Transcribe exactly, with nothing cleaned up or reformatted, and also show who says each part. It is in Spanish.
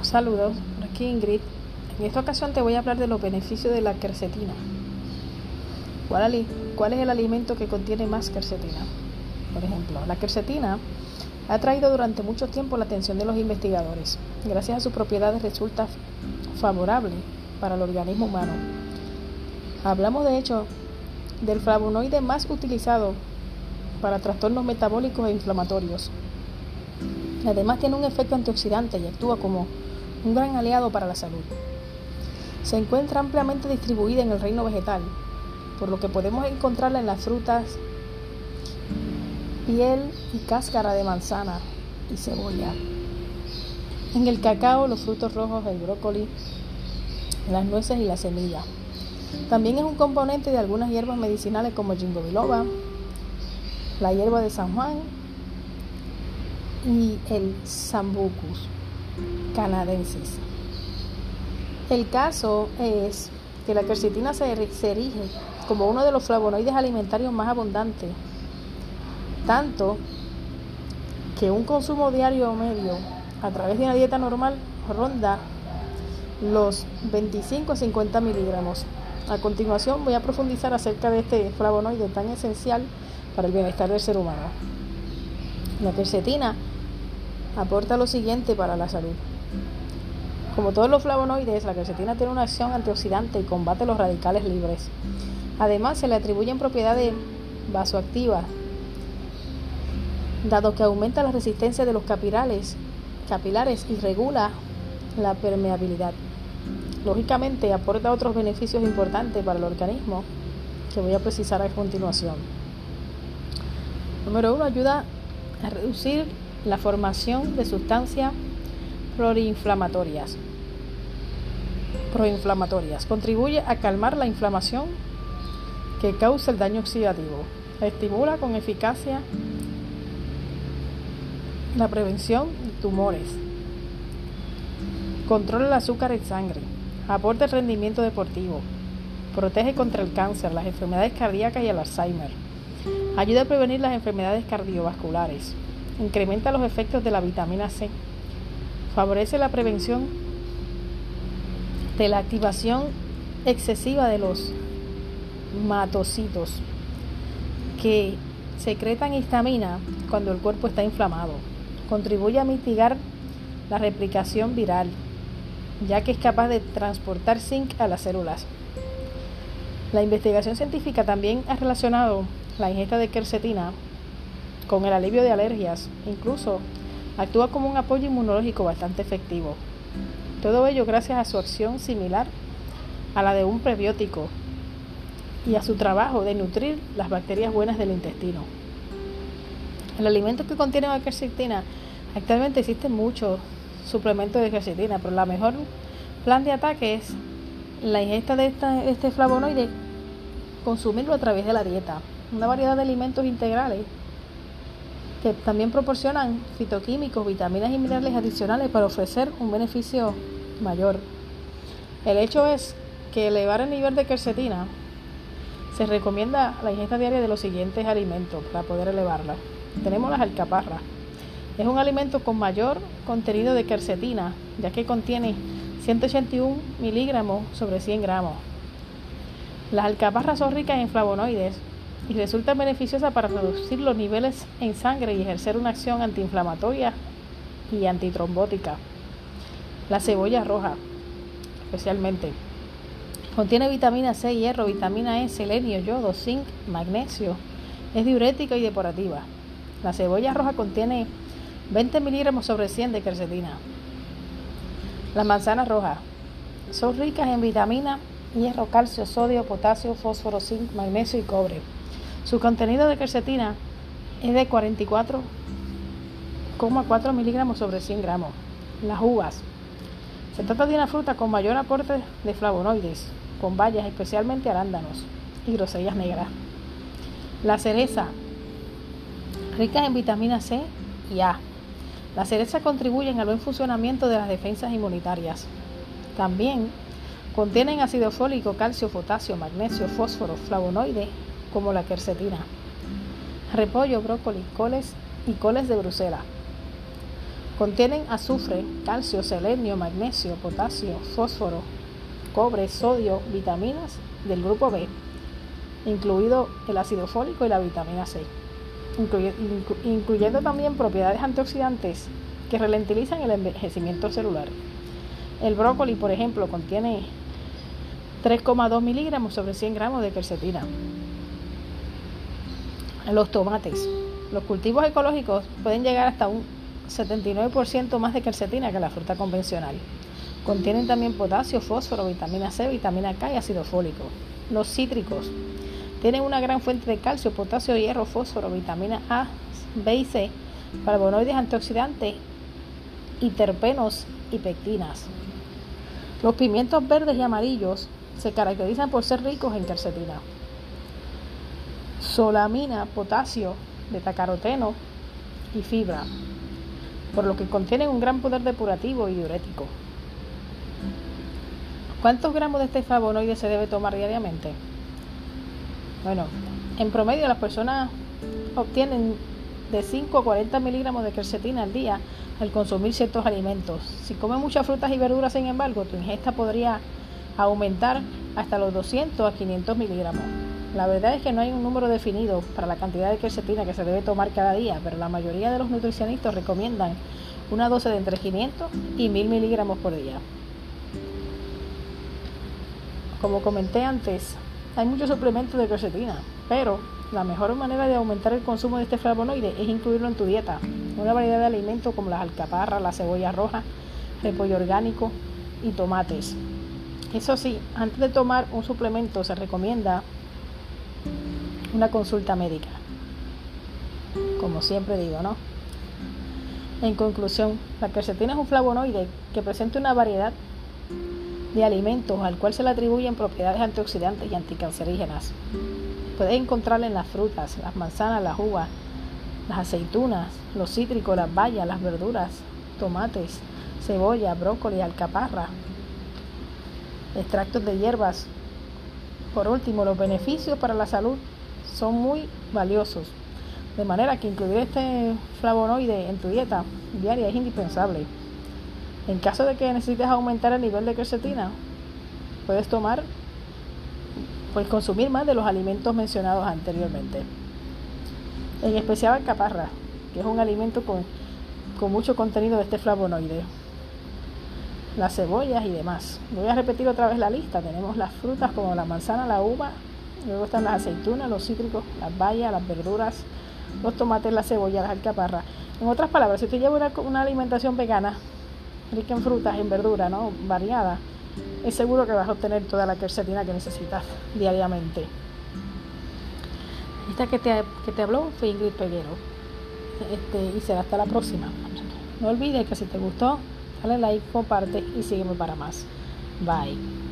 Speaker 1: Saludos, por aquí Ingrid. En esta ocasión te voy a hablar de los beneficios de la quercetina. ¿Cuál, ali- ¿Cuál es el alimento que contiene más quercetina? Por ejemplo, la quercetina ha atraído durante mucho tiempo la atención de los investigadores. Gracias a sus propiedades resulta favorable para el organismo humano. Hablamos de hecho del flavonoide más utilizado para trastornos metabólicos e inflamatorios. Además tiene un efecto antioxidante y actúa como un gran aliado para la salud. Se encuentra ampliamente distribuida en el reino vegetal, por lo que podemos encontrarla en las frutas, piel y cáscara de manzana y cebolla, en el cacao, los frutos rojos, el brócoli, las nueces y la semilla. También es un componente de algunas hierbas medicinales como el ginkgo biloba, la hierba de San Juan y el Sambucus canadensis. El caso es que la quercetina se erige como uno de los flavonoides alimentarios más abundantes, tanto que un consumo diario medio a través de una dieta normal ronda los veinticinco a cincuenta miligramos. A continuación voy a profundizar acerca de este flavonoide tan esencial para el bienestar del ser humano. La quercetina aporta lo siguiente para la salud. Como todos los flavonoides, la quercetina tiene una acción antioxidante y combate los radicales libres. Además, se le atribuyen propiedades vasoactivas, dado que aumenta la resistencia de los capilares, capilares y regula la permeabilidad. Lógicamente, aporta otros beneficios importantes para el organismo que voy a precisar a continuación. Número uno, ayuda a reducir la formación de sustancias proinflamatorias. proinflamatorias. Contribuye a calmar la inflamación que causa el daño oxidativo. Estimula con eficacia la prevención de tumores. Controla el azúcar en sangre. Aporta el rendimiento deportivo. Protege contra el cáncer, las enfermedades cardíacas y el Alzheimer. Ayuda a prevenir las enfermedades cardiovasculares. Incrementa los efectos de la vitamina C. Favorece la prevención de la activación excesiva de los matocitos que secretan histamina cuando el cuerpo está inflamado. Contribuye a mitigar la replicación viral, ya que es capaz de transportar zinc a las células. La investigación científica también ha relacionado la ingesta de quercetina con el alivio de alergias. Incluso actúa como un apoyo inmunológico bastante efectivo. Todo ello gracias a su acción similar a la de un prebiótico y a su trabajo de nutrir las bacterias buenas del intestino. El alimento que contiene la quercetina, actualmente existen muchos suplementos de quercetina, pero la mejor plan de ataque es la ingesta de esta, este flavonoide, consumirlo a través de la dieta. Una variedad de alimentos integrales que también proporcionan fitoquímicos, vitaminas y minerales adicionales para ofrecer un beneficio mayor. El hecho es que elevar el nivel de quercetina se recomienda la ingesta diaria de los siguientes alimentos para poder elevarla. Tenemos las alcaparras. Es un alimento con mayor contenido de quercetina, ya que contiene ciento ochenta y uno miligramos sobre cien gramos. Las alcaparras son ricas en flavonoides y resultan beneficiosas para reducir los niveles en sangre y ejercer una acción antiinflamatoria y antitrombótica. La cebolla roja, especialmente, contiene vitamina C, hierro, vitamina E, selenio, yodo, zinc, magnesio. Es diurética y depurativa. La cebolla roja contiene veinte miligramos sobre cien de quercetina. Las manzanas rojas son ricas en vitamina, hierro, calcio, sodio, potasio, fósforo, zinc, magnesio y cobre. Su contenido de quercetina es de cuarenta y cuatro coma cuatro miligramos sobre cien gramos. Las uvas. Se trata de una fruta con mayor aporte de flavonoides, con bayas, especialmente arándanos y grosellas negras. La cereza, rica en vitamina C y A. Las cerezas contribuyen al buen funcionamiento de las defensas inmunitarias. También contienen ácido fólico, calcio, potasio, magnesio, fósforo, flavonoides, como la quercetina. Repollo, brócoli, coles y coles de Bruselas. Contienen azufre, calcio, selenio, magnesio, potasio, fósforo, cobre, sodio, vitaminas del grupo B, incluido el ácido fólico y la vitamina C, incluye, inclu, incluyendo también propiedades antioxidantes que ralentizan el envejecimiento celular. El brócoli, por ejemplo, contiene tres coma dos miligramos sobre cien gramos de quercetina. Los tomates. Los cultivos ecológicos pueden llegar hasta un setenta y nueve por ciento más de quercetina que la fruta convencional. Contienen también potasio, fósforo, vitamina C, vitamina K y ácido fólico. Los cítricos tienen una gran fuente de calcio, potasio, hierro, fósforo, vitamina A, B y C, flavonoides, antioxidantes y terpenos y pectinas. Los pimientos verdes y amarillos se caracterizan por ser ricos en quercetina, solamina, potasio, betacaroteno y fibra, por lo que contienen un gran poder depurativo y diurético. ¿Cuántos gramos de este flavonoide se debe tomar diariamente? Bueno, en promedio las personas obtienen de cinco a cuarenta miligramos de quercetina al día al consumir ciertos alimentos. Si comes muchas frutas y verduras, sin embargo, tu ingesta podría aumentar hasta los doscientos a quinientos miligramos. La verdad es que no hay un número definido para la cantidad de quercetina que se debe tomar cada día, pero la mayoría de los nutricionistas recomiendan una dosis de entre quinientos y mil miligramos por día. Como comenté antes, hay muchos suplementos de quercetina, pero la mejor manera de aumentar el consumo de este flavonoide es incluirlo en tu dieta. Una variedad de alimentos como las alcaparras, la cebolla roja, repollo orgánico y tomates. Eso sí, antes de tomar un suplemento se recomienda una consulta médica. Como siempre digo, ¿no? En conclusión, la quercetina es un flavonoide que presenta una variedad de alimentos al cual se le atribuyen propiedades antioxidantes y anticancerígenas. Puedes encontrarla en las frutas, las manzanas, las uvas, las aceitunas, los cítricos, las bayas, las verduras, tomates, cebolla, brócoli, alcaparra, extractos de hierbas. Por último, los beneficios para la salud son muy valiosos, de manera que incluir este flavonoide en tu dieta diaria es indispensable. En caso de que necesites aumentar el nivel de quercetina, puedes tomar, puedes consumir más de los alimentos mencionados anteriormente. En especial alcaparra, que es un alimento con, con mucho contenido de este flavonoide. Las cebollas y demás. Voy a repetir otra vez la lista. Tenemos las frutas como la manzana, la uva, luego están las aceitunas, los cítricos, las bayas, las verduras, los tomates, la cebolla, las alcaparras. En otras palabras, si tú llevas una, una alimentación vegana, rica en frutas, en verduras, ¿no?, variada, es seguro que vas a obtener toda la quercetina que necesitas diariamente. Esta que te, que te habló fue Ingrid Peguero. Este, y será hasta la próxima. No olvides que si te gustó, dale like, comparte y sígueme para más. Bye.